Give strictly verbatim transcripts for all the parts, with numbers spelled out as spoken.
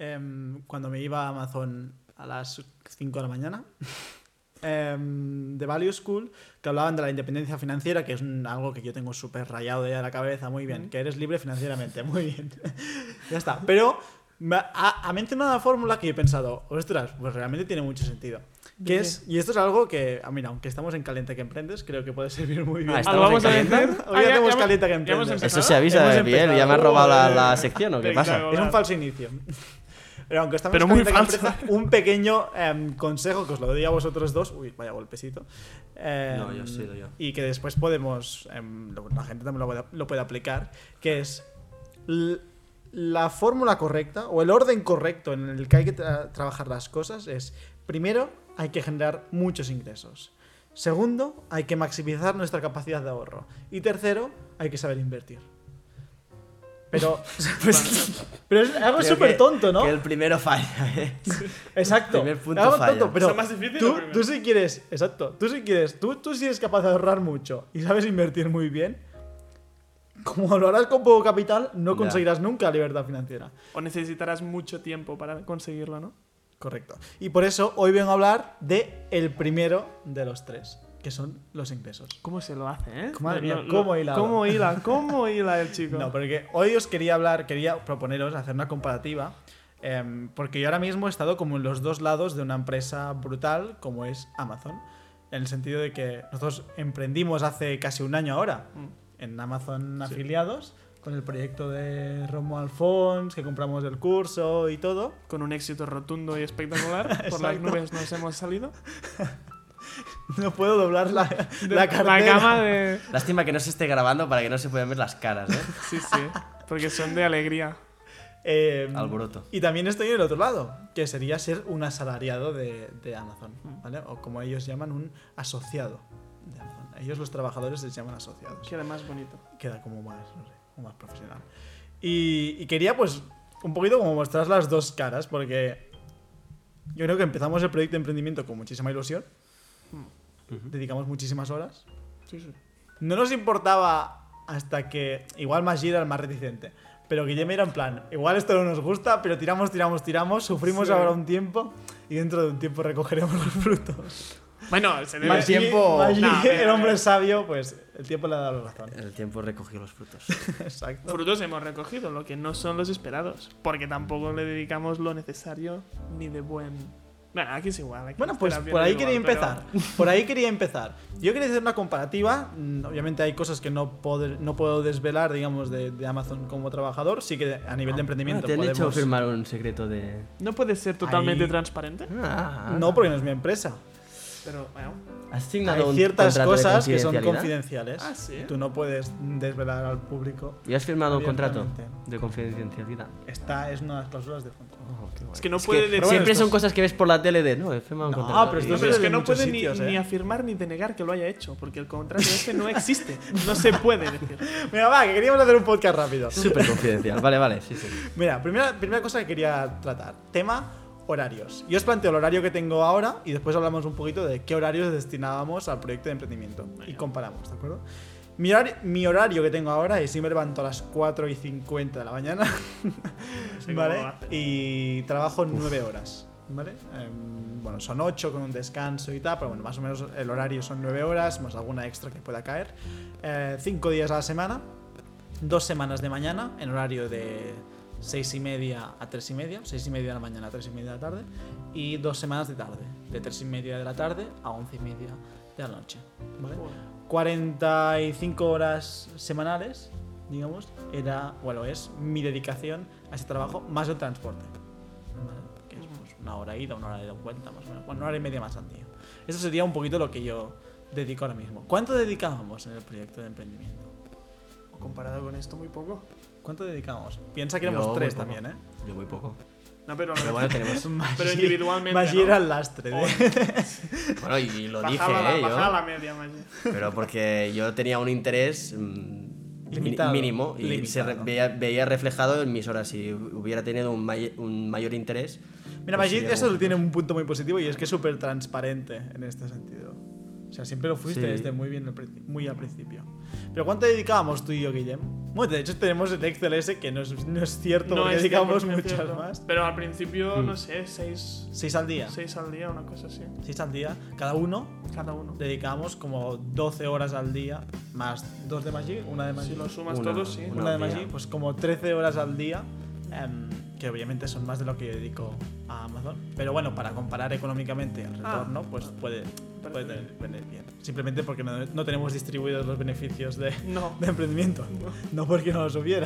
eh, cuando me iba a Amazon a las cinco de la mañana, eh, de Value School, que hablaban de la independencia financiera, que es un, algo que yo tengo súper rayado ya de la cabeza. Muy bien, que eres libre financieramente, muy bien. Ya está. Pero ha, ha mencionado una fórmula que yo he pensado, ostras, pues realmente tiene mucho sentido. Que es, y esto es algo que, mira, aunque estamos en Caliente que Emprendes, creo que puede servir muy bien. Ah, ¿estamos vamos en a Caliente? decir? Hoy Ah, ya- hacemos ya- Caliente que ya hemos Emprendes. empezado. Eso se avisa, Hemos Miguel. empezado. ¿Ya me has robado la, Joder. la sección o qué Venga, pasa? hola. Es un falso inicio. Pero aunque estamos Pero en muy Caliente que falso. Emprendes, un pequeño eh, consejo que os lo doy a vosotros dos. Uy, vaya golpecito. Eh, No, yo he sido yo. Y que después podemos, eh, la gente también lo puede, lo puede aplicar, que es l- la fórmula correcta o el orden correcto en el que hay que tra- trabajar las cosas es, primero, hay que generar muchos ingresos. Segundo, hay que maximizar nuestra capacidad de ahorro. Y tercero, hay que saber invertir. Pero, pues, pero es algo Creo súper que- tonto, ¿no? Que el primero falla, ¿eh? Exacto. primer punto Algo falla. tonto, pero ¿Es más difícil tú, o primero? tú si quieres, exacto, tú si quieres, tú, tú si eres capaz de ahorrar mucho y sabes invertir muy bien, como lo harás con poco capital, no Ya. conseguirás nunca libertad financiera. O necesitarás mucho tiempo para conseguirlo, ¿no? Correcto. Y por eso hoy vengo a hablar de el primero de los tres, que son los ingresos. ¿Cómo se lo hace, eh? Madre mía, Lo- lo- cómo hila. ¿Cómo hila? ¿Cómo hila el chico? No, porque hoy os quería hablar, quería proponeros hacer una comparativa, em, porque yo ahora mismo he estado como en los dos lados de una empresa brutal como es Amazon, en el sentido de que nosotros emprendimos hace casi un año ahora en Amazon Sí. afiliados, con el proyecto de Romo Alfons, que compramos el curso y todo. Con un éxito rotundo y espectacular. Por las Exacto. nubes nos hemos salido. No puedo doblar la, De- la cartera. cama de... Lástima que no se esté grabando para que no se puedan ver las caras, ¿eh? Sí, sí. Porque son de alegría. Em, Alboroto. Y también estoy en el otro lado, que sería ser un asalariado de, de Amazon, ¿vale? O como ellos llaman, un asociado de Amazon. Ellos, los trabajadores, les llaman asociados. Queda más bonito. Queda como más, no sé, como más profesional. Y, y quería, pues, un poquito como mostrar las dos caras, porque yo creo que empezamos el proyecto de emprendimiento con muchísima ilusión, dedicamos muchísimas horas. Sí, sí. No nos importaba hasta que, igual Maggi era el más reticente, pero Guillem era en plan, igual esto no nos gusta, pero tiramos, tiramos, tiramos, sufrimos Sí. ahora un tiempo y dentro de un tiempo recogeremos los frutos. Bueno, se debe... Más tiempo- Maggi, No, el pero- hombre sabio, pues el tiempo le ha dado la razón. El tiempo recogió los frutos. Exacto. Frutos hemos recogido, lo que no son los esperados. Porque tampoco le dedicamos lo necesario ni de buen... Bueno, aquí es igual. aquí Bueno, es pues terapia por ahí individual, quería pero- empezar. Por ahí quería empezar. Yo quería hacer una comparativa. Mm, Obviamente hay cosas que no, poder- no puedo desvelar, digamos, de, de Amazon como trabajador. Sí que a nivel de emprendimiento Ah, ¿te han hecho podemos... firmar un secreto de...? ¿No puede ser totalmente Ahí- transparente? Ah, No, porque no es mi empresa. Pero, bueno... ¿Has signado Hay un ciertas contrato de cosas que son confidencialidad? confidenciales. Ah, ¿sí? Tú no puedes desvelar al público. ¿Y has firmado un contrato Abiertamente. de confidencialidad? Esta es una de las cláusulas de fondo. Oh, qué guay. Es que no Es puede que decir... bueno, siempre esto son es- cosas que ves por la tele de... No, he firmado un No, contrato. pero esto Y- es Pero es de que no muchos puede sitios, ni, ¿eh? ni afirmar ni denegar que lo haya hecho, porque el contrato este no existe. No se puede decir. Mira, va, que queríamos hacer un podcast rápido. Súper confidencial. Vale, vale, sí, sí. Mira, primera, primera cosa que quería tratar. Tema horarios. Yo os planteo el horario que tengo ahora y después hablamos un poquito de qué horarios destinábamos al proyecto de emprendimiento. Y comparamos, ¿de acuerdo? Mi horario, mi horario que tengo ahora es yo me levanto a las cuatro y cincuenta de la mañana. Sí, ¿Vale? ¿cómo lo haces? Y trabajo nueve horas. ¿Vale? Em, bueno, son ocho con un descanso y tal, pero bueno, más o menos el horario son nueve horas, más alguna extra que pueda caer. Eh, cinco días a la semana, dos semanas de mañana, en horario de seis y media a tres y media, seis y media de la mañana a tres y media de la tarde, y dos semanas de tarde, de tres y media de la tarde a once y media de la noche. ¿Vale? cuarenta y cinco horas semanales, digamos, era, bueno, es mi dedicación a ese trabajo más el transporte. ¿Vale? Que es pues, una hora ida, una hora de vuelta, más o menos. Bueno, una hora y media más al día. Eso sería un poquito lo que yo dedico ahora mismo. ¿Cuánto dedicábamos en el proyecto de emprendimiento? O comparado con esto, muy poco. ¿Cuánto dedicamos? Piensa que Yo éramos muy tres poco. también, ¿eh? Yo muy poco. No, pero, Pero bueno, tenemos... pero individualmente. Maggi ¿no? era el lastre. De... Bueno, y lo dije, Bajaba la, ¿eh? bajaba Yo. la media, Maggi. Pero porque yo tenía un interés mm, Limitado. mínimo y Limitado. se re- veía, veía reflejado en mis horas. Si hubiera tenido un, may- un mayor interés... Mira, pues Maggi, sería eso como- tiene un punto muy positivo y es que es súper transparente en este sentido. O sea, siempre lo fuiste Sí. desde muy bien al princi- muy al principio. Pero ¿cuánto dedicábamos tú y yo, Guillem? Bueno, de hecho tenemos el Excel ese que no es, no es cierto porque es dedicamos cien por ciento muchas cierto. más. Pero al principio, Mm. no sé, seis, Seis al día. seis al día, una cosa así. Seis al día. Cada uno Cada uno. dedicamos como doce horas al día, más dos de Magic, una de Magic. Si lo sumas Una- todos, sí. una- Una de al día. Magic, pues como trece horas al día, em, que obviamente son más de lo que yo dedico a Amazon. Pero bueno, para comparar económicamente el Ah. retorno, pues puede, puede bien. venir bien. Simplemente porque no, no tenemos distribuidos los beneficios de, No. de emprendimiento. No porque no los hubiera.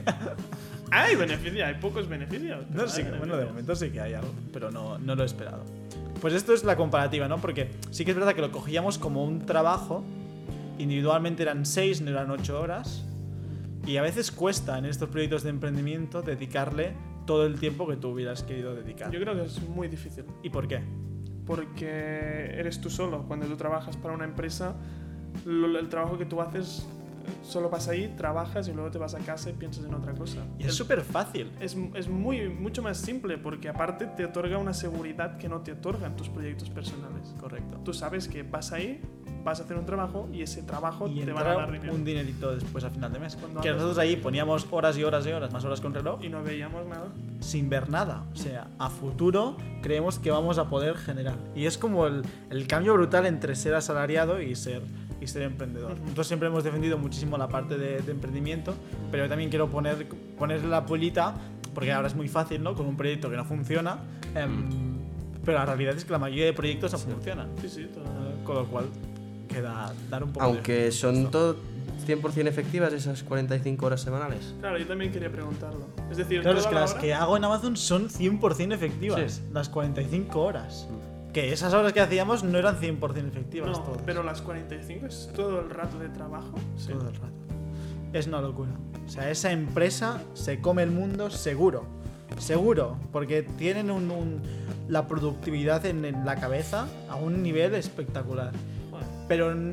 Hay beneficios, hay pocos beneficios. pero No, hay sí, que- bueno, de beneficios. momento sí que hay algo, pero no, no lo he esperado. Pues esto es la comparativa, ¿no? Porque sí que es verdad que lo cogíamos como un trabajo. Individualmente eran seis, no eran ocho horas. Y a veces cuesta en estos proyectos de emprendimiento dedicarle todo el tiempo que tú hubieras querido dedicar. Yo creo que es muy difícil. ¿Y por qué? Porque eres tú solo. Cuando tú trabajas para una empresa, lo- el trabajo que tú haces, eh, solo vas ahí, trabajas y luego te vas a casa y piensas en otra cosa. Y es El- súper fácil. es, es muy, mucho más simple porque aparte te otorga una seguridad que no te otorgan tus proyectos personales. Correcto. Tú sabes que vas ahí, vas a hacer un trabajo y ese trabajo Y te va a dar entra dinero. un dinerito después a final de mes. Cuando Que haces- nosotros ahí poníamos horas y horas y horas, más horas con reloj, Y no veíamos nada. sin ver nada. O sea, a futuro creemos que vamos a poder generar. Y es como el, el cambio brutal entre ser asalariado y ser, y ser emprendedor. Ujú. Nosotros siempre hemos defendido muchísimo la parte de, de emprendimiento, pero yo también quiero poner, ponerle la pulita, porque ahora es muy fácil, ¿no? Con un proyecto que no funciona. em, pero la realidad es que la mayoría de proyectos no funcionan. Sí, sí, todo. Eh, Con lo cual, queda dar un poco de- Aunque son todo cien por ciento efectivas esas cuarenta y cinco horas semanales. Claro, yo también quería preguntarlo. Es decir, Claro, es toda que la las hora- que hago en Amazon son cien por ciento efectivas. Sí. Las cuarenta y cinco horas. Que esas horas que hacíamos no eran cien por ciento efectivas No, todas. pero las cuarenta y cinco es todo el rato de trabajo. Sí. Todo el rato. Es una locura. O sea, esa empresa se come el mundo seguro. Seguro. Porque tienen un, un- la productividad en, en la cabeza a un nivel espectacular. Bueno, Pero n-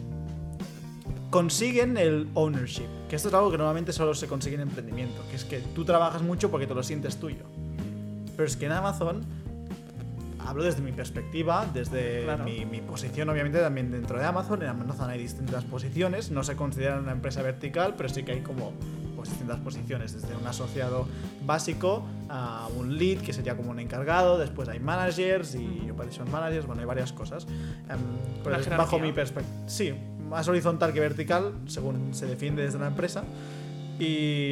consiguen el ownership. Que esto es algo que normalmente solo se consigue en emprendimiento. Que es que tú trabajas mucho porque te lo sientes tuyo. Pero es que en Amazon, hablo desde mi perspectiva, desde Claro. mi, mi posición obviamente también dentro de Amazon. En Amazon hay distintas posiciones, no se considera una empresa vertical, pero sí que hay como pues, distintas posiciones, desde un asociado básico a un lead, que sería como un encargado, después hay managers y operation managers, bueno, hay varias cosas. Em, pero Una es bajo jerarquía. mi perspectiva, sí, más horizontal que vertical, según se defiende desde la empresa. Y...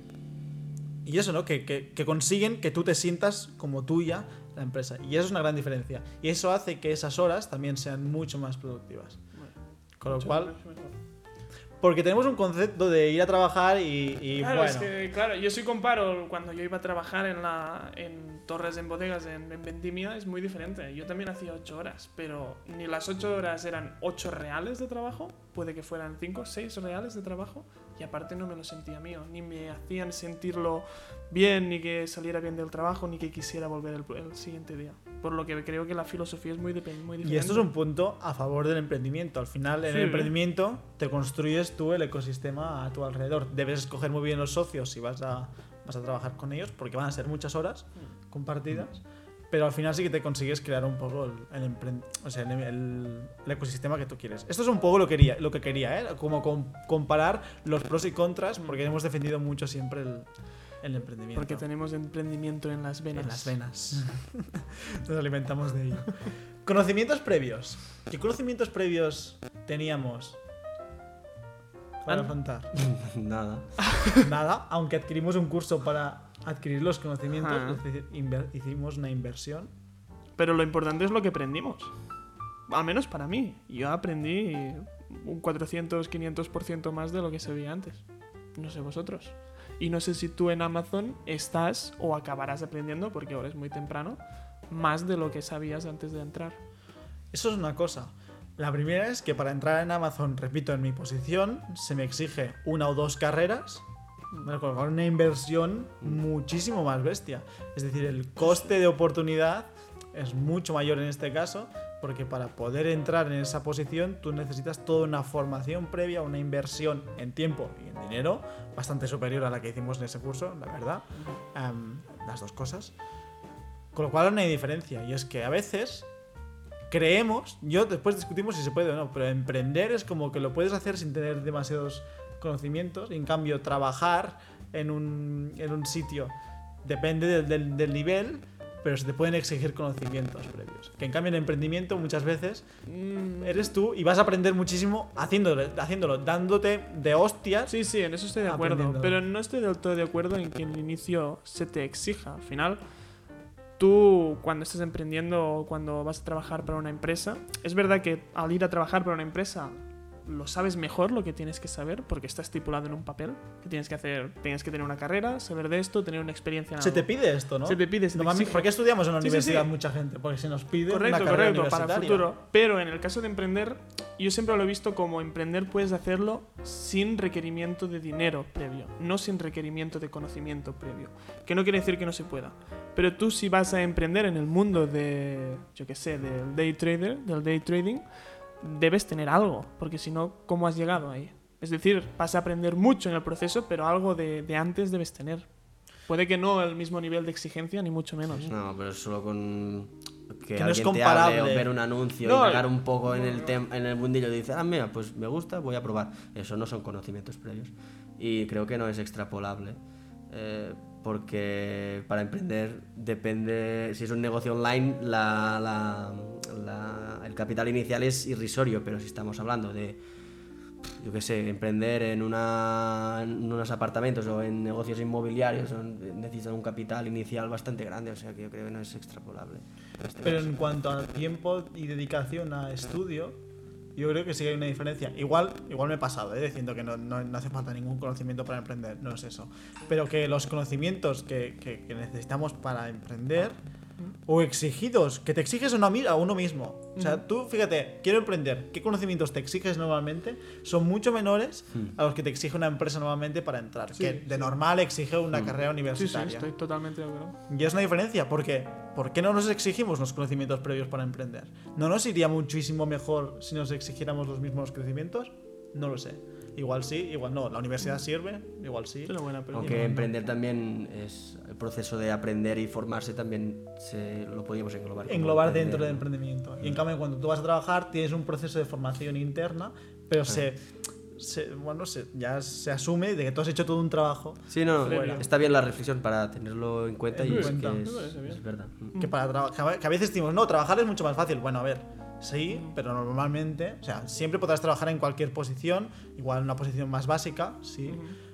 Y eso, ¿no? Que, que, que consiguen que tú te sientas como tuya la empresa. Y eso es una gran diferencia. Y eso hace que esas horas también sean mucho más productivas. bueno, Con lo mucho- cual, mucho mejor. porque tenemos un concepto de ir a trabajar y, y Claro, bueno. es que, claro, yo sí comparo cuando yo iba a trabajar en, la, en torres, en bodegas, en, en vendimia, es muy diferente. Yo también hacía ocho horas, pero ni las ocho horas eran ocho reales de trabajo, puede que fueran cinco, seis reales de trabajo, y aparte no me lo sentía mío, ni me hacían sentirlo bien, ni que saliera bien del trabajo, ni que quisiera volver el, el siguiente día. Por lo que creo que la filosofía es muy, depe- muy diferente. Y esto es un punto a favor del emprendimiento. Al final, en Sí. el emprendimiento te construyes tú el ecosistema a tu alrededor. Debes escoger muy bien los socios si vas a, vas a trabajar con ellos, porque van a ser muchas horas compartidas. Pero al final sí que te consigues crear un poco el, el, empre- o sea, el, el- el ecosistema que tú quieres. Esto es un poco lo, quería, lo que quería, ¿eh? Como com- comparar los pros y contras, porque hemos defendido mucho siempre el, el emprendimiento. Porque tenemos emprendimiento en las venas. En las venas. Nos alimentamos de ello. Conocimientos previos. ¿Qué conocimientos previos teníamos para An- afrontar? Nada. Nada, aunque adquirimos un curso para adquirir los conocimientos, Ajá. es decir, inver- hicimos una inversión. Pero lo importante es lo que aprendimos. Al menos para mí. Yo aprendí un cuatrocientos, quinientos por ciento más de lo que sabía antes. No sé vosotros. Y no sé si tú en Amazon estás o acabarás aprendiendo, porque ahora es muy temprano, más de lo que sabías antes de entrar. Eso es una cosa. La primera es que para entrar en Amazon, repito, en mi posición, se me exige una o dos carreras, ¿vale? Con lo cual una inversión muchísimo más bestia. Es decir, el coste de oportunidad es mucho mayor en este caso, porque para poder entrar en esa posición tú necesitas toda una formación previa, una inversión en tiempo y en dinero bastante superior a la que hicimos en ese curso, la verdad. Em, las dos cosas. Con lo cual no hay diferencia, y es que a veces creemos, yo después discutimos si se puede o no, pero emprender es como que lo puedes hacer sin tener demasiados conocimientos, y en cambio trabajar en un, en un sitio depende del, del, del nivel, pero se te pueden exigir conocimientos previos. Que en cambio en emprendimiento muchas veces eres tú y vas a aprender muchísimo haciéndolo, haciéndolo dándote de hostias. Sí, sí, en eso estoy de acuerdo, Aprendiendo. pero no estoy del todo de acuerdo en que en el inicio se te exija. Al final, tú cuando estás emprendiendo o cuando vas a trabajar para una empresa, es verdad que al ir a trabajar para una empresa lo sabes mejor lo que tienes que saber porque está estipulado en un papel que tienes que hacer, tienes que tener una carrera, saber de esto, tener una experiencia en Se algo. te pide esto, ¿no? Se te pide, se te Normalmente, exige. ¿por qué estudiamos en la Sí, sí, universidad sí. mucha gente? Porque se nos pide Correcto, una carrera correcto, para el universitaria. futuro. Pero en el caso de emprender, yo siempre lo he visto como emprender puedes hacerlo sin requerimiento de dinero previo, no sin requerimiento de conocimiento previo. Que no quiere decir que no se pueda. Pero tú si vas a emprender en el mundo de, yo qué sé, del day trader, del day trading, debes tener algo, porque si no, ¿cómo has llegado ahí? Es decir, vas a aprender mucho en el proceso, pero algo de, de antes debes tener. Puede que no el mismo nivel de exigencia, ni mucho menos. No, pero solo con que, Que no es alguien te hable comparable. o ver un anuncio, No, indagar un poco en no, el no. tem- en el mundillo y dices, ah, mira, pues me gusta, voy a probar. Eso no son conocimientos previos. Y creo que no es extrapolable. Eh, porque para emprender depende, si es un negocio online, la, la, la- el capital inicial es irrisorio, pero si estamos hablando de, yo qué sé, emprender en, una, en unos apartamentos o en negocios inmobiliarios, son- necesitan un capital inicial bastante grande, o sea que yo creo que no es extrapolable. en este Pero caso. en cuanto a tiempo y dedicación a estudio, yo creo que sí hay una diferencia. Igual, igual me he pasado, ¿eh? Diciendo que no, no, no hace falta ningún conocimiento para emprender, no es eso. Pero que los conocimientos que, que- que necesitamos para emprender, o exigidos, que te exiges a uno, mi- a uno mismo. O sea, tú, fíjate, quiero emprender, ¿qué conocimientos te exiges normalmente? Son mucho menores a los que te exige una empresa normalmente para entrar, Sí, que de sí. normal exige una carrera Sí, sí, universitaria. estoy totalmente de acuerdo. Y es una diferencia, porque ¿por qué no nos exigimos los conocimientos previos para emprender? ¿No nos iría muchísimo mejor si nos exigiéramos los mismos conocimientos? No lo sé. Igual sí, igual no. La universidad sirve, igual sí. Es una buena pregunta. Aunque no, no. emprender también es el proceso de aprender y formarse también se lo podríamos englobar. como Englobar emprender. dentro del emprendimiento. Y en cambio, cuando tú vas a trabajar, tienes un proceso de formación interna, pero se, se- bueno, se, ya se asume de que tú has hecho todo un trabajo. Sí, no, Previo. está bien la reflexión para tenerlo en cuenta En y es cuenta. que Me es, parece bien. es verdad. Que, para traba- que a veces decimos, no, trabajar es mucho más fácil. Bueno, a ver, sí, pero normalmente, o sea, siempre podrás trabajar en cualquier posición, igual en una posición más básica, sí.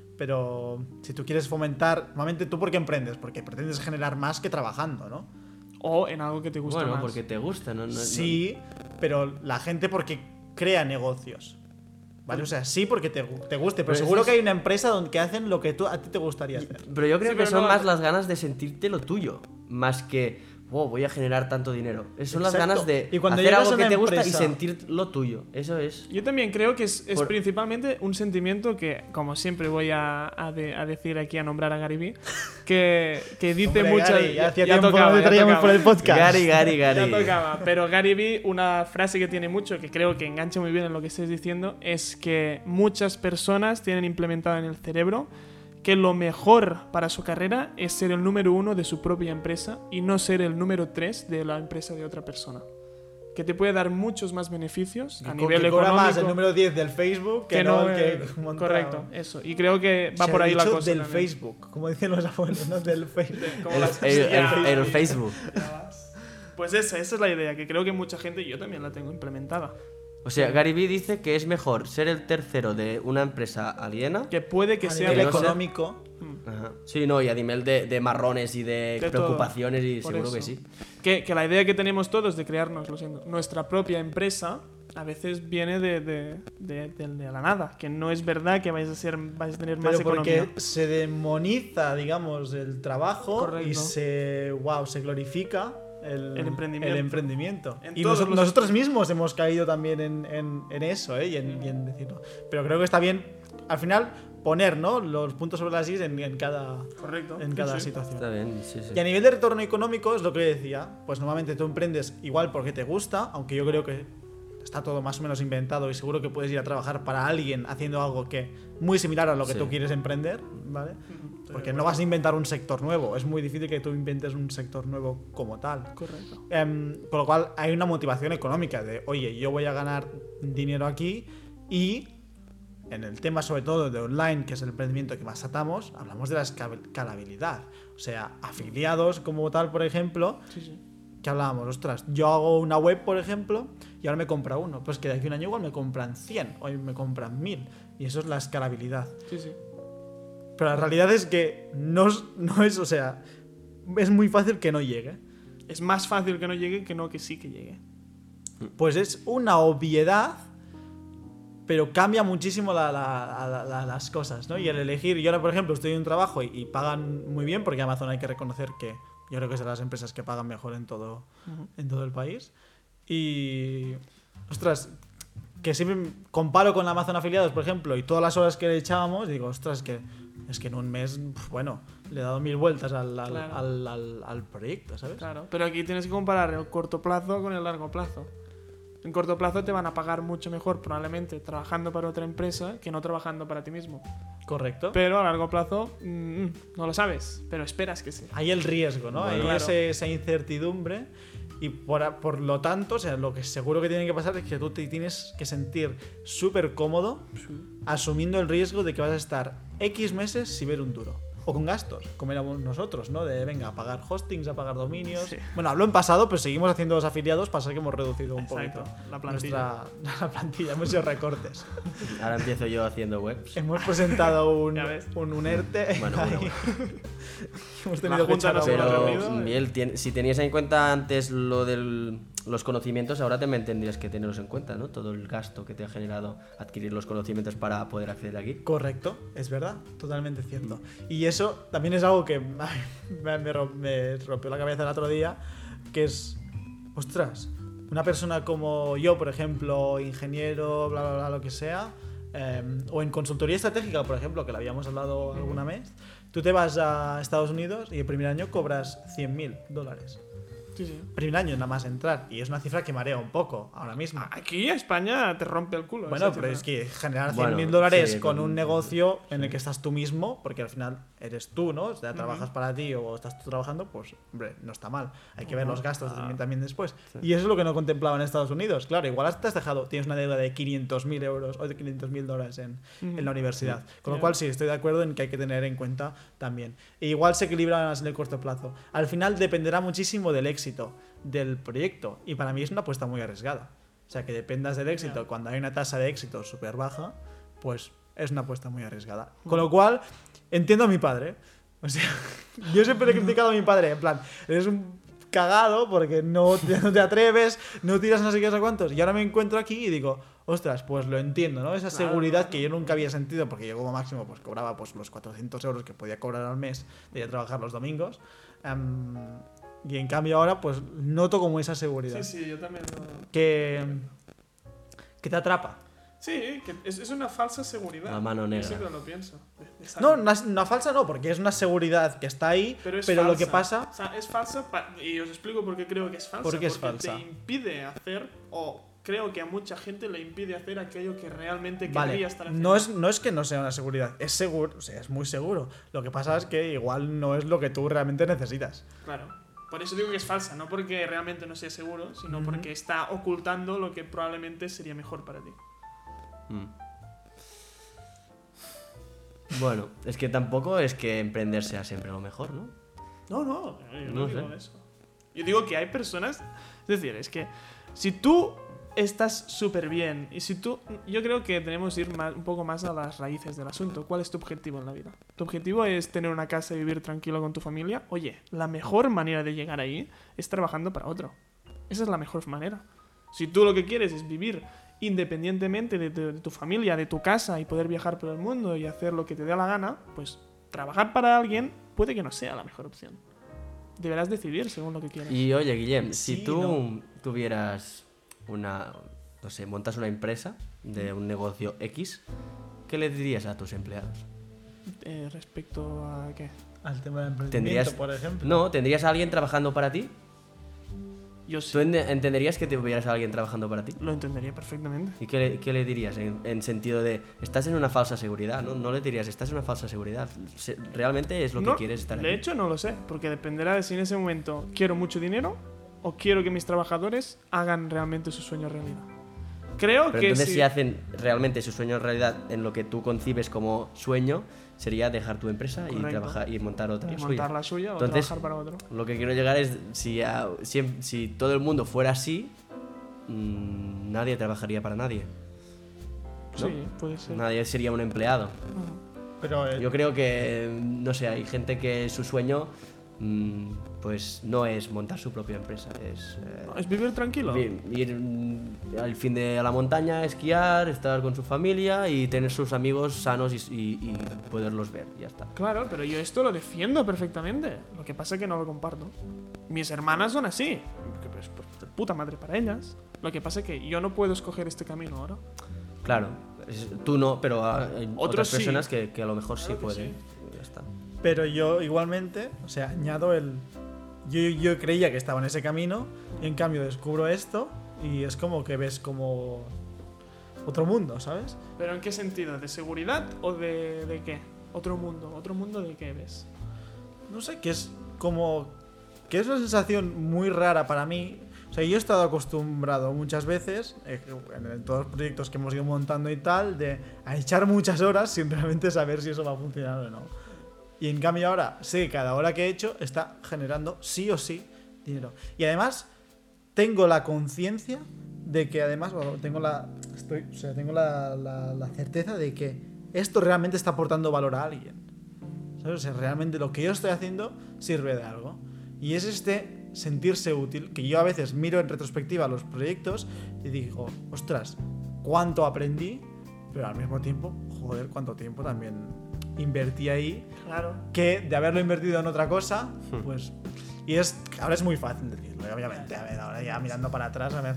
Pero si tú quieres fomentar, normalmente tú ¿por qué emprendes? Porque pretendes generar más que trabajando, ¿no? O en algo que te gusta Bueno, más. porque te gusta, ¿no? No- no- Sí, pero la gente porque crea negocios. ¿Vale? O sea, sí porque te, te guste, pero, Pero seguro eso que es- hay una empresa donde que hacen lo que tú, a ti te gustaría hacer. Pero yo creo Sí, que pero son no- más las ganas de sentirte lo tuyo, más que, wow, voy a generar tanto dinero. Son las Exacto. ganas de Y cuando hacer llegas algo a que una te gusta y empresa- sentir lo tuyo. Eso es. Yo también creo que es, es Por- principalmente un sentimiento que, como siempre voy a, a de- a decir aquí, a nombrar a Gary Vee, que, que dice Hombre, muchas... Gary, ya hacía ya tiempo tocaba, que no te ya traíamos tocaba. por el podcast. Gary, Gary, Ya Gary. tocaba, pero Gary Vee, una frase que tiene mucho, que creo que engancha muy bien en lo que estáis diciendo, es que muchas personas tienen implementado en el cerebro que lo mejor para su carrera es ser el número uno de su propia empresa y no ser el número tres de la empresa de otra persona. Que te puede dar muchos más beneficios a Que co- nivel que cobra económico. más el número diez del Facebook que, que no, no el que es- monta- correcto, eso. Y creo que va Se por ha ahí la dicho cosa. del también. Facebook, como dicen los abuelos, ¿no? Del Facebook. Como El, las- el- el- Ya, el ya, Facebook. ya vas. Pues esa, esa es la idea, que creo que mucha gente, y yo también la tengo implementada, O sea, Gary Vee dice que es mejor ser el tercero de una empresa aliena. que puede que A sea nivel no ser- económico, Ajá. Sí, no, y a nivel de, de marrones y de, De todo. preocupaciones, y Por seguro eso. que sí. Que, que la idea que tenemos todos de crearnos, lo siento, nuestra propia empresa, a veces viene de, de, de- de- de la nada. Que no es verdad que vais a, ser, vais a tener más pero porque economía. se demoniza, digamos, el trabajo Correcto. y se, wow, se glorifica el, El emprendimiento. el emprendimiento. En Y todos noso- los nosotros mismos hemos caído también en, en- en eso, ¿eh? Y en, y en decirlo. Pero creo que está bien, al final, poner, ¿no? Los puntos sobre las is en, en cada, Correcto. en sí, cada sí. situación. Está bien, sí, sí. Y a nivel de retorno económico, es lo que decía, pues normalmente tú emprendes igual porque te gusta, aunque yo creo que está todo más o menos inventado y seguro que puedes ir a trabajar para alguien haciendo algo que muy similar a lo que Sí. tú quieres emprender, ¿vale? Estoy Porque de no acuerdo. vas a inventar un sector nuevo. Es muy difícil que tú inventes un sector nuevo como tal. Correcto. Em, con lo cual hay una motivación económica de, oye, yo voy a ganar dinero aquí y en el tema sobre todo de online, que es el emprendimiento que más atamos, hablamos de la escalabilidad. O sea, afiliados como tal, por ejemplo, Sí, sí. que hablábamos, ostras, yo hago una web, por ejemplo, y ahora me compra uno. Pues que de aquí a un año igual me compran cien, o me compran mil. Y eso es la escalabilidad. Sí, sí. Pero la realidad es que no es, no es, o sea, es muy fácil que no llegue. Es más fácil que no llegue que no que sí que llegue. Pues es una obviedad, pero cambia muchísimo la- la- la- la- las cosas, ¿no? Y el elegir, yo ahora por ejemplo estoy en un trabajo y, y pagan muy bien, porque Amazon hay que reconocer que yo creo que es de las empresas que pagan mejor en todo, Ujú. en todo el país. Y, ostras, que siempre comparo con Amazon Afiliados, por ejemplo, y todas las horas que le echábamos, digo, ostras, que es que en un mes, pf, bueno, le he dado mil vueltas al, al, Claro. al- al- al proyecto, ¿sabes? Claro, pero aquí tienes que comparar el corto plazo con el largo plazo. En corto plazo te van a pagar mucho mejor probablemente trabajando para otra empresa que no trabajando para ti mismo. Correcto. Pero a largo plazo mm, no lo sabes, pero esperas que sí. Hay el riesgo, ¿no? Bueno, Hay claro. ese- esa incertidumbre y por, a- por lo tanto, o sea, lo que seguro que tiene que pasar es que tú te tienes que sentir súper cómodo asumiendo el riesgo de que vas a estar X meses sin ver un duro. O con gastos, como éramos nosotros, ¿no? De, venga, a pagar hostings, a pagar dominios. Sí. Bueno, hablo en pasado, pero seguimos haciendo los afiliados, pasa que hemos reducido un Exacto, poquito la plantilla. nuestra la plantilla, hemos hecho recortes. Ahora empiezo yo haciendo webs. Hemos presentado un, Ya ves. un, un ERTE. Bueno, bueno, bueno. Hemos La tenido que Junta echar no a se lo ha uno. reunido. Pero, Miguel, tien- si tenías en cuenta antes lo de los conocimientos, ahora también tendrías que tenerlos en cuenta, ¿no? Todo el gasto que te ha generado adquirir los conocimientos para poder acceder aquí. Correcto, es verdad, totalmente cierto. Y eso también es algo que ay, me, me ro- me rompió la cabeza el otro día, que es, ostras, una persona como yo, por ejemplo, ingeniero, bla, bla, bla, lo que sea, eh, o en consultoría estratégica, por ejemplo, que lo habíamos hablado alguna vez, tú te vas a Estados Unidos y el primer año cobras cien mil dólares. Sí, sí. Primer año nada más entrar, y es una cifra que marea un poco ahora mismo. Aquí España te rompe el culo. Bueno, esa pero cifra. es que generar Bueno, cien mil dólares sí, con con- un negocio en el que estás tú mismo, porque al final eres tú, ¿no? O sea, trabajas para ti o estás tú trabajando, pues, hombre, no está mal. Hay que ver los gastos también, también después. Y eso es lo que no contemplaba en Estados Unidos. Claro, igual te has dejado, tienes una deuda de quinientos mil euros o de quinientos mil dólares en, en la universidad. Con lo Ya. cual, sí, estoy de acuerdo en que hay que tener en cuenta también. E igual se equilibra más en el corto plazo. Al final dependerá muchísimo del éxito del proyecto. Y para mí es una apuesta muy arriesgada. O sea, que dependas del éxito Ya. cuando hay una tasa de éxito súper baja, pues es una apuesta muy arriesgada. Con lo cual, entiendo a mi padre. O sea, yo siempre he criticado a mi padre, en plan, eres un cagado porque no te, no te atreves, no tiras no sé qué, no sé cuántos. Y ahora me encuentro aquí y digo, ostras, pues lo entiendo, ¿no? Esa Claro, seguridad claro. que yo nunca había sentido, porque yo como máximo pues cobraba pues los cuatrocientos euros que podía cobrar al mes de ir a trabajar los domingos. Em, y en cambio ahora pues noto como esa seguridad. Sí, sí, yo también. lo- Que, que te atrapa. Sí, que es, es una falsa seguridad. La mano Yo negra. siempre lo pienso. Es No, algo- una, una falsa no, porque es una seguridad que está ahí, pero, es pero lo falsa. que pasa... O sea, es falsa pa- y os explico por qué creo que es falsa. ¿Por qué es porque falsa? te impide hacer, o creo que a mucha gente le impide hacer aquello que realmente Vale, querría estar haciendo. no es, no es que no sea una seguridad, es seguro, o sea, es muy seguro. Lo que pasa es que igual no es lo que tú realmente necesitas. Claro. Por eso digo que es falsa, no porque realmente no sea seguro, sino Ujú. porque está ocultando lo que probablemente sería mejor para ti. Mm. Bueno, es que tampoco es que emprender sea siempre lo mejor, ¿no? No, no, yo no, No digo sé. eso. Yo digo que hay personas. Es decir, es que si tú estás súper bien y si tú. Yo creo que tenemos que ir más- un poco más a las raíces del asunto. ¿Cuál es tu objetivo en la vida? ¿Tu objetivo es tener una casa y vivir tranquilo con tu familia? Oye, la mejor manera de llegar ahí es trabajando para otro. Esa es la mejor manera. Si tú lo que quieres es vivir independientemente de tu, de tu familia, de tu casa y poder viajar por el mundo y hacer lo que te dé la gana, pues trabajar para alguien puede que no sea la mejor opción. Deberás decidir según lo que quieras. Y oye, Guillem, Sí, si tú no. tuvieras una, no sé, montas una empresa de un negocio X, ¿qué le dirías a tus empleados? Eh, respecto a qué. Al tema del emprendimiento, ¿Tendrías, por ejemplo. no, ¿tendrías a alguien trabajando para ti? Yo sí. ¿Tú ende- entenderías que tuvieras a alguien trabajando para ti? Lo entendería perfectamente. ¿Y qué le, qué le dirías en, en sentido de, estás en una falsa seguridad, ¿no? No le dirías, estás en una falsa seguridad. Se- ¿Realmente es lo No, que quieres estar de aquí? hecho, no lo sé, porque dependerá de si en ese momento quiero mucho dinero o quiero que mis trabajadores hagan realmente su sueño realidad. Creo Pero que entonces si... si hacen realmente su sueño en realidad en lo que tú concibes como sueño, sería dejar tu empresa y Correcto. trabajar y montar otra y suya. montar la suya Entonces, o trabajar para otro. Lo que quiero llegar es, si, a- si, si todo el mundo fuera así, mmm, nadie trabajaría para nadie. ¿no? Sí, puede ser. Nadie sería un empleado. Ujú. Pero eh, Yo creo que, no sé, hay gente que su sueño mm, pues no es montar su propia empresa, es eh, Es vivir tranquilo. vi- ir mm, al fin de a la montaña, esquiar, estar con su familia y tener sus amigos sanos y, y- y poderlos ver, ya está. Claro, pero yo esto lo defiendo perfectamente. Lo que pasa es que no lo comparto. Mis hermanas son así. Que pues, pues, de puta madre para ellas. Lo que pasa es que yo no puedo escoger este camino ahora. Claro, es- tú no, pero hay Otros otras sí. personas que, que a lo mejor sí Claro que pueden. sí. Ya está. Pero yo igualmente, o sea, añado el... Yo, yo creía que estaba en ese camino y en cambio descubro esto y es como que ves como otro mundo, ¿sabes? ¿Pero en qué sentido? ¿De seguridad o de, de qué? ¿Otro mundo? ¿Otro mundo de qué ves? No sé, que es como... Que es una sensación muy rara para mí. O sea, yo he estado acostumbrado muchas veces, eh, en todos los proyectos que hemos ido montando y tal, de a echar muchas horas sin realmente saber si eso va a funcionar o no. Y en cambio ahora sé que cada hora que he hecho está generando sí o sí dinero. Y además tengo la conciencia de que además, bueno, tengo la, estoy, o sea, tengo la, la, la certeza de que esto realmente está aportando valor a alguien. ¿Sabes? O sea, realmente lo que yo estoy haciendo sirve de algo. Y es este sentirse útil, que yo a veces miro en retrospectiva los proyectos y digo, ostras, cuánto aprendí, pero al mismo tiempo, joder, cuánto tiempo también invertí ahí, Claro. que de haberlo invertido en otra cosa, pues... Y es ahora es muy fácil decirlo, obviamente, a ver, ahora ya mirando para atrás, a ver...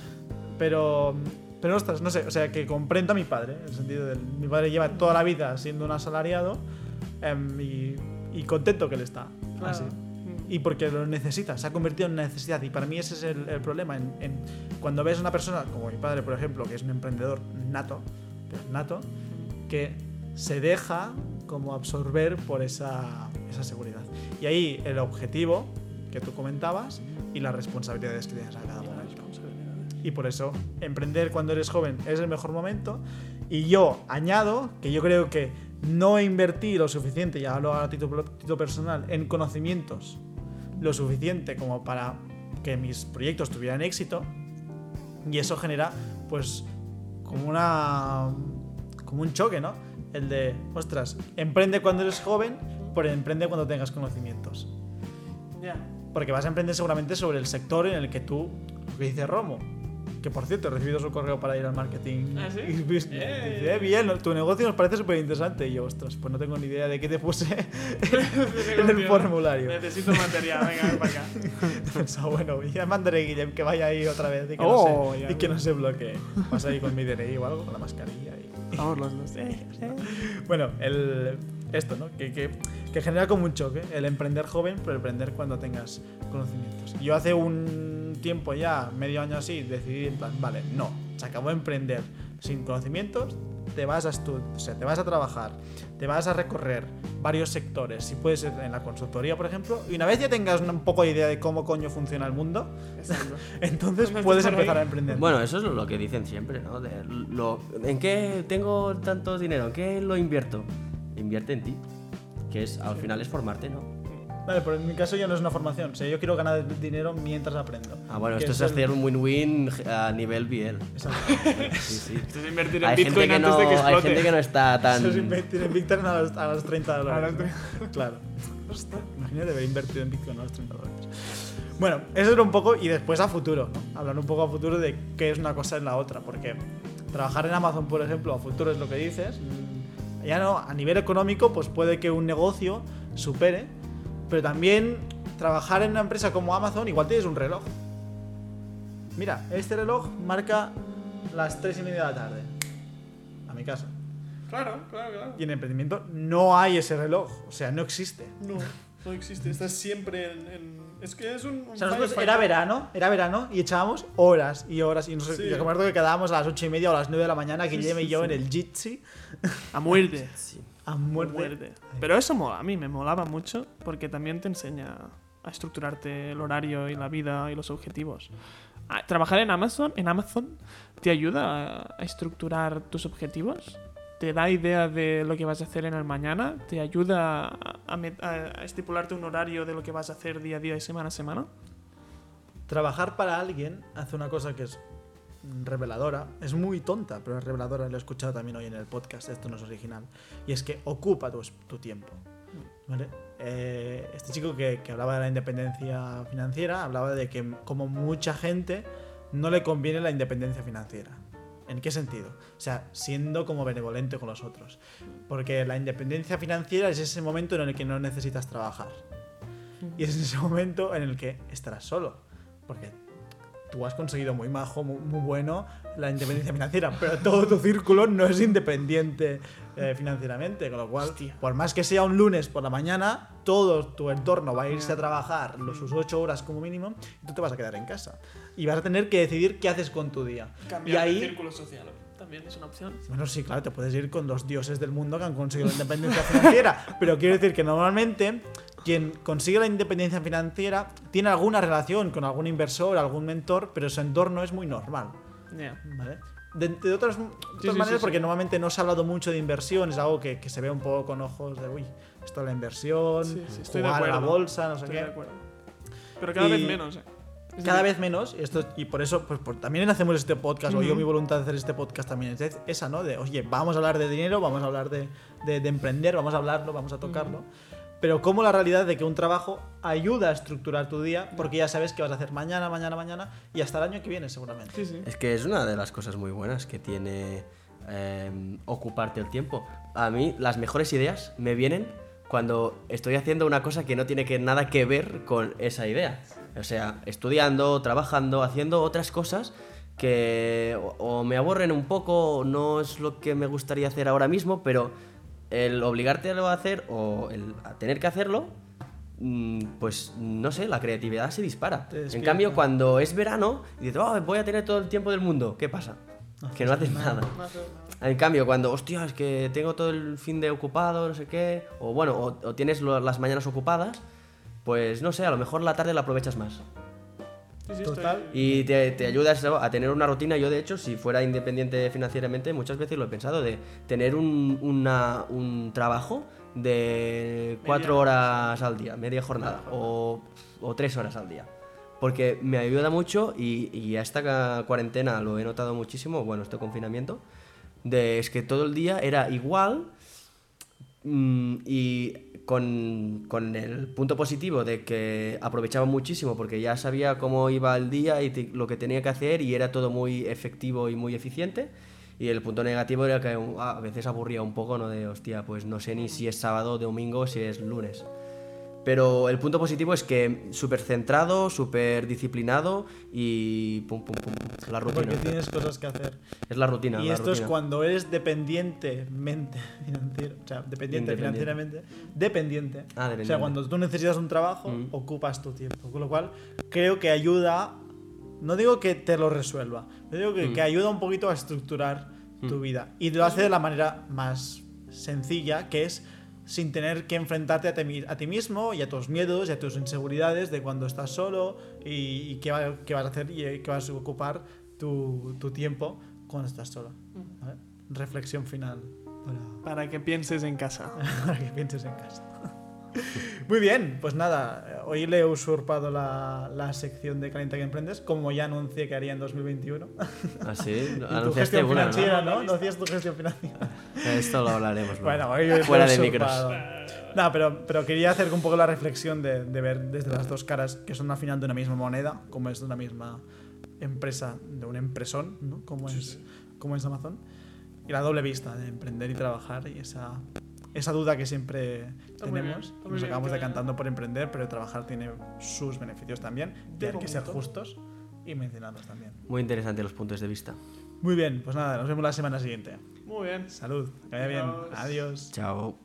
Pero... Pero ostras, no sé, o sea, que comprendo a mi padre, en el sentido de mi padre lleva toda la vida siendo un asalariado em, y, y contento que él está Claro. así. Mm. Y porque lo necesita, se ha convertido en una necesidad. Y para mí ese es el, el problema. En, en- cuando ves a una persona, como mi padre, por ejemplo, que es un emprendedor nato, pero nato, que se deja como absorber por esa, esa seguridad. Y ahí el objetivo que tú comentabas y las responsabilidades que tienes a cada momento. Y por eso emprender cuando eres joven es el mejor momento. Y yo añado que yo creo que no invertí lo suficiente, ya hablo a título, título personal, en conocimientos lo suficiente como para que mis proyectos tuvieran éxito. Y eso genera pues como una como un choque, ¿no? El de, ostras, emprende cuando eres joven, pero emprende cuando tengas conocimientos. Ya. Porque vas a emprender seguramente sobre el sector en el que tú, lo que dice Romo, que por cierto he recibido su correo para ir al marketing ¿Ah, sí? y business. Eh. Dice, "Eh, bien, tu negocio nos parece súper interesante". Y yo, ostras, pues no tengo ni idea de qué te puse en el formulario. Necesito material, venga, ven para acá. Pensaba, bueno, ya mandaré a Guillem que vaya ahí otra vez y que, Oh, no, se, ya y que veo. no se bloquee. Vas ahí con mi D N I o algo, con la mascarilla. Y... Vamos los dos. Eh, eh. Bueno, el, esto, ¿no? Que, que, que genera como un choque, el emprender joven, pero emprender cuando tengas conocimientos. Yo hace un tiempo ya, medio año así, decidí en plan, vale, no, se acabó de emprender sin conocimientos, te vas a estu- o sea, te vas a trabajar, te vas a recorrer varios sectores, si puedes ser en la consultoría, por ejemplo, y una vez ya tengas un poco de idea de cómo coño funciona el mundo, Exacto. entonces Pues puedes por ahí. empezar a emprender. Bueno, eso es lo que dicen siempre, ¿no? De lo, ¿en qué tengo tanto dinero? ¿En qué lo invierto? Invierte en ti, que es al final es formarte, ¿no? Vale, pero en mi caso ya no es una formación, o sea, yo quiero ganar dinero mientras aprendo. Ah, bueno, Que esto es el- hacer un win-win a nivel B L. Exacto. Sí, sí. Esto es invertir en Hay gente, Bitcoin que antes no, de que hay explote. gente que no está tan... Eso es invertir en Bitcoin a los, a los treinta dólares. A los ¿no? Claro. Ostras, imagínate haber invertido en Bitcoin a los treinta dólares. Bueno, eso era un poco, y después a futuro, ¿no? Hablar un poco a futuro de qué es una cosa en la otra, porque trabajar en Amazon, por ejemplo, a futuro es lo que dices. Ya no, a nivel económico, pues puede que un negocio supere, pero también trabajar en una empresa como Amazon, igual tienes un reloj. Mira, este reloj marca las tres y media de la tarde. A mi caso. Claro, claro, claro. Y en emprendimiento no hay ese reloj, o sea, no existe. No, no existe. Estás siempre en, en Es que es un... un O sea, nosotros fallo, era fallo. verano, era verano y echábamos horas y horas. Y no sé, Sí. yo recuerdo que quedábamos a las ocho y media o a las nueve de la mañana, que Sí, Guillem sí, y yo sí. en el Jitsi A muerte. Sí. a muerte. Muerte. Pero eso mola, a mí me molaba mucho porque también te enseña a estructurarte el horario y la vida y los objetivos. Ah, Trabajar en Amazon, en Amazon te ayuda a, a estructurar tus objetivos, te da idea de lo que vas a hacer en el mañana, te ayuda a, a met- a- a estipularte un horario de lo que vas a hacer día a día y semana a semana. Trabajar para alguien hace una cosa que es reveladora, es muy tonta, pero es reveladora, lo he escuchado también hoy en el podcast, esto no es original, y es que ocupa tu, tu tiempo. ¿Vale? Eh, este chico que, que hablaba de la independencia financiera, hablaba de que como mucha gente no le conviene la independencia financiera. ¿En qué sentido? O sea, siendo como benevolente con los otros. Porque la independencia financiera es ese momento en el que no necesitas trabajar. Y es ese momento en el que estarás solo. Porque tú has conseguido muy majo, muy, muy bueno la independencia financiera, pero todo tu círculo no es independiente eh, financieramente. Con lo cual, Hostia. por más que sea un lunes por la mañana, todo tu entorno va a irse a trabajar los, sus ocho horas como mínimo y tú te vas a quedar en casa. Y vas a tener que decidir qué haces con tu día. Cambiar y ahí, de círculo social también es una opción. bueno, sí, claro, te puedes ir con los dioses del mundo que han conseguido la independencia financiera, pero quiero decir que normalmente quien consigue la independencia financiera tiene alguna relación con algún inversor, algún mentor, pero su entorno es muy normal, Yeah. ¿vale? De, de otras, de otras sí, maneras, sí, porque sí. normalmente no se ha hablado mucho de inversión, es algo que, que se ve un poco con ojos de, uy, esto es la inversión, Sí, sí, estoy de jugar a la acuerdo. bolsa, no sé Estoy qué. de acuerdo. Pero cada Y- vez menos, ¿eh? Es Cada decir, vez menos, y, esto, y por eso pues, por- también hacemos este podcast, o yo Ujú. mi voluntad de hacer este podcast también es esa, ¿no? De, oye, vamos a hablar de dinero, vamos a hablar de, de- de emprender, vamos a hablarlo, vamos a tocarlo. Pero como la realidad de que un trabajo ayuda a estructurar tu día, porque ya sabes qué vas a hacer mañana, mañana, mañana, y hasta el año que viene seguramente. Sí, sí. Es que es una de las cosas muy buenas que tiene eh, ocuparte el tiempo. A mí las mejores ideas me vienen cuando estoy haciendo una cosa que no tiene que, nada que ver con esa idea. O sea, estudiando, trabajando, haciendo otras cosas que o, o me aburren un poco, o no es lo que me gustaría hacer ahora mismo, pero el obligarte a hacer o el a tener que hacerlo, mm, pues no sé, la creatividad se dispara. Te En despierta. cambio, cuando es verano y dices, "Oh, voy a tener todo el tiempo del mundo", ¿qué pasa? Que no haces nada. No hace nada. En cambio, cuando, hostia, es que tengo todo el fin de ocupado, no sé qué, o bueno, o, o tienes lo- las mañanas ocupadas, pues no sé, a lo mejor la tarde la aprovechas más. Sí, sí, Total. estoy- Y te, te ayudas a tener una rutina. Yo, de hecho, si fuera independiente financieramente, muchas veces lo he pensado, de tener un, una- un trabajo de cuatro horas al día, media jornada, o, o tres horas al día. Porque me ayuda mucho y, y a esta cuarentena lo he notado muchísimo, bueno, este confinamiento, de es que todo el día era igual. Mm, y con, con el punto positivo de que aprovechaba muchísimo porque ya sabía cómo iba el día y te- lo que tenía que hacer y era todo muy efectivo y muy eficiente. Y el punto negativo era que uh, a veces aburría un poco, ¿no? De, hostia, pues no sé ni si es sábado, domingo o si es lunes. Pero el punto positivo es que súper centrado, súper disciplinado y pum, pum, pum, pum, la rutina. Porque tienes cosas que hacer. Es la rutina. Y la esto es rutina. cuando eres dependientemente financiero, o sea, dependiente Independiente. financieramente, dependiente. Ah, O dependiente. sea, cuando tú necesitas un trabajo, Mm. ocupas tu tiempo. Con lo cual, creo que ayuda, no digo que te lo resuelva, yo digo que, Mm. que ayuda un poquito a estructurar tu Mm. vida. Y lo hace de la manera más sencilla, que es sin tener que enfrentarte a ti, mi- a ti mismo y a tus miedos y a tus inseguridades de cuando estás solo y, y qué, va- qué vas a hacer y eh, qué vas a ocupar tu, tu tiempo cuando estás solo. ¿Vale? Reflexión final para, Para que pienses en casa. para que pienses en casa. Muy bien, pues nada, hoy le he usurpado la, la sección de Calienta que Emprendes, como ya anuncié que haría en dos mil veintiuno. Ah, sí, Y tu anunciaste gestión una, ¿no? financiera, ¿no? ¿no? hacías tu gestión financiera. Esto lo hablaremos luego. Bueno, hoy he Fuera de usurpado. micros. No, pero, pero quería hacer un poco la reflexión de, de ver desde las dos caras, que son al final de una misma moneda, como es de una misma empresa, de un empresón, ¿no? Como es, como es Amazon. Y la doble vista de emprender y trabajar y esa, esa duda que siempre Está muy tenemos. bien, está y muy nos bien acabamos que- decantando por emprender, pero trabajar tiene sus beneficios también. Y hay Qué que ser bonito. justos y mencionarlos también. Muy interesante los puntos de vista. Muy bien, pues nada, nos vemos la semana siguiente. Muy bien. Salud, que vaya bien. Adiós. Adiós. Chao.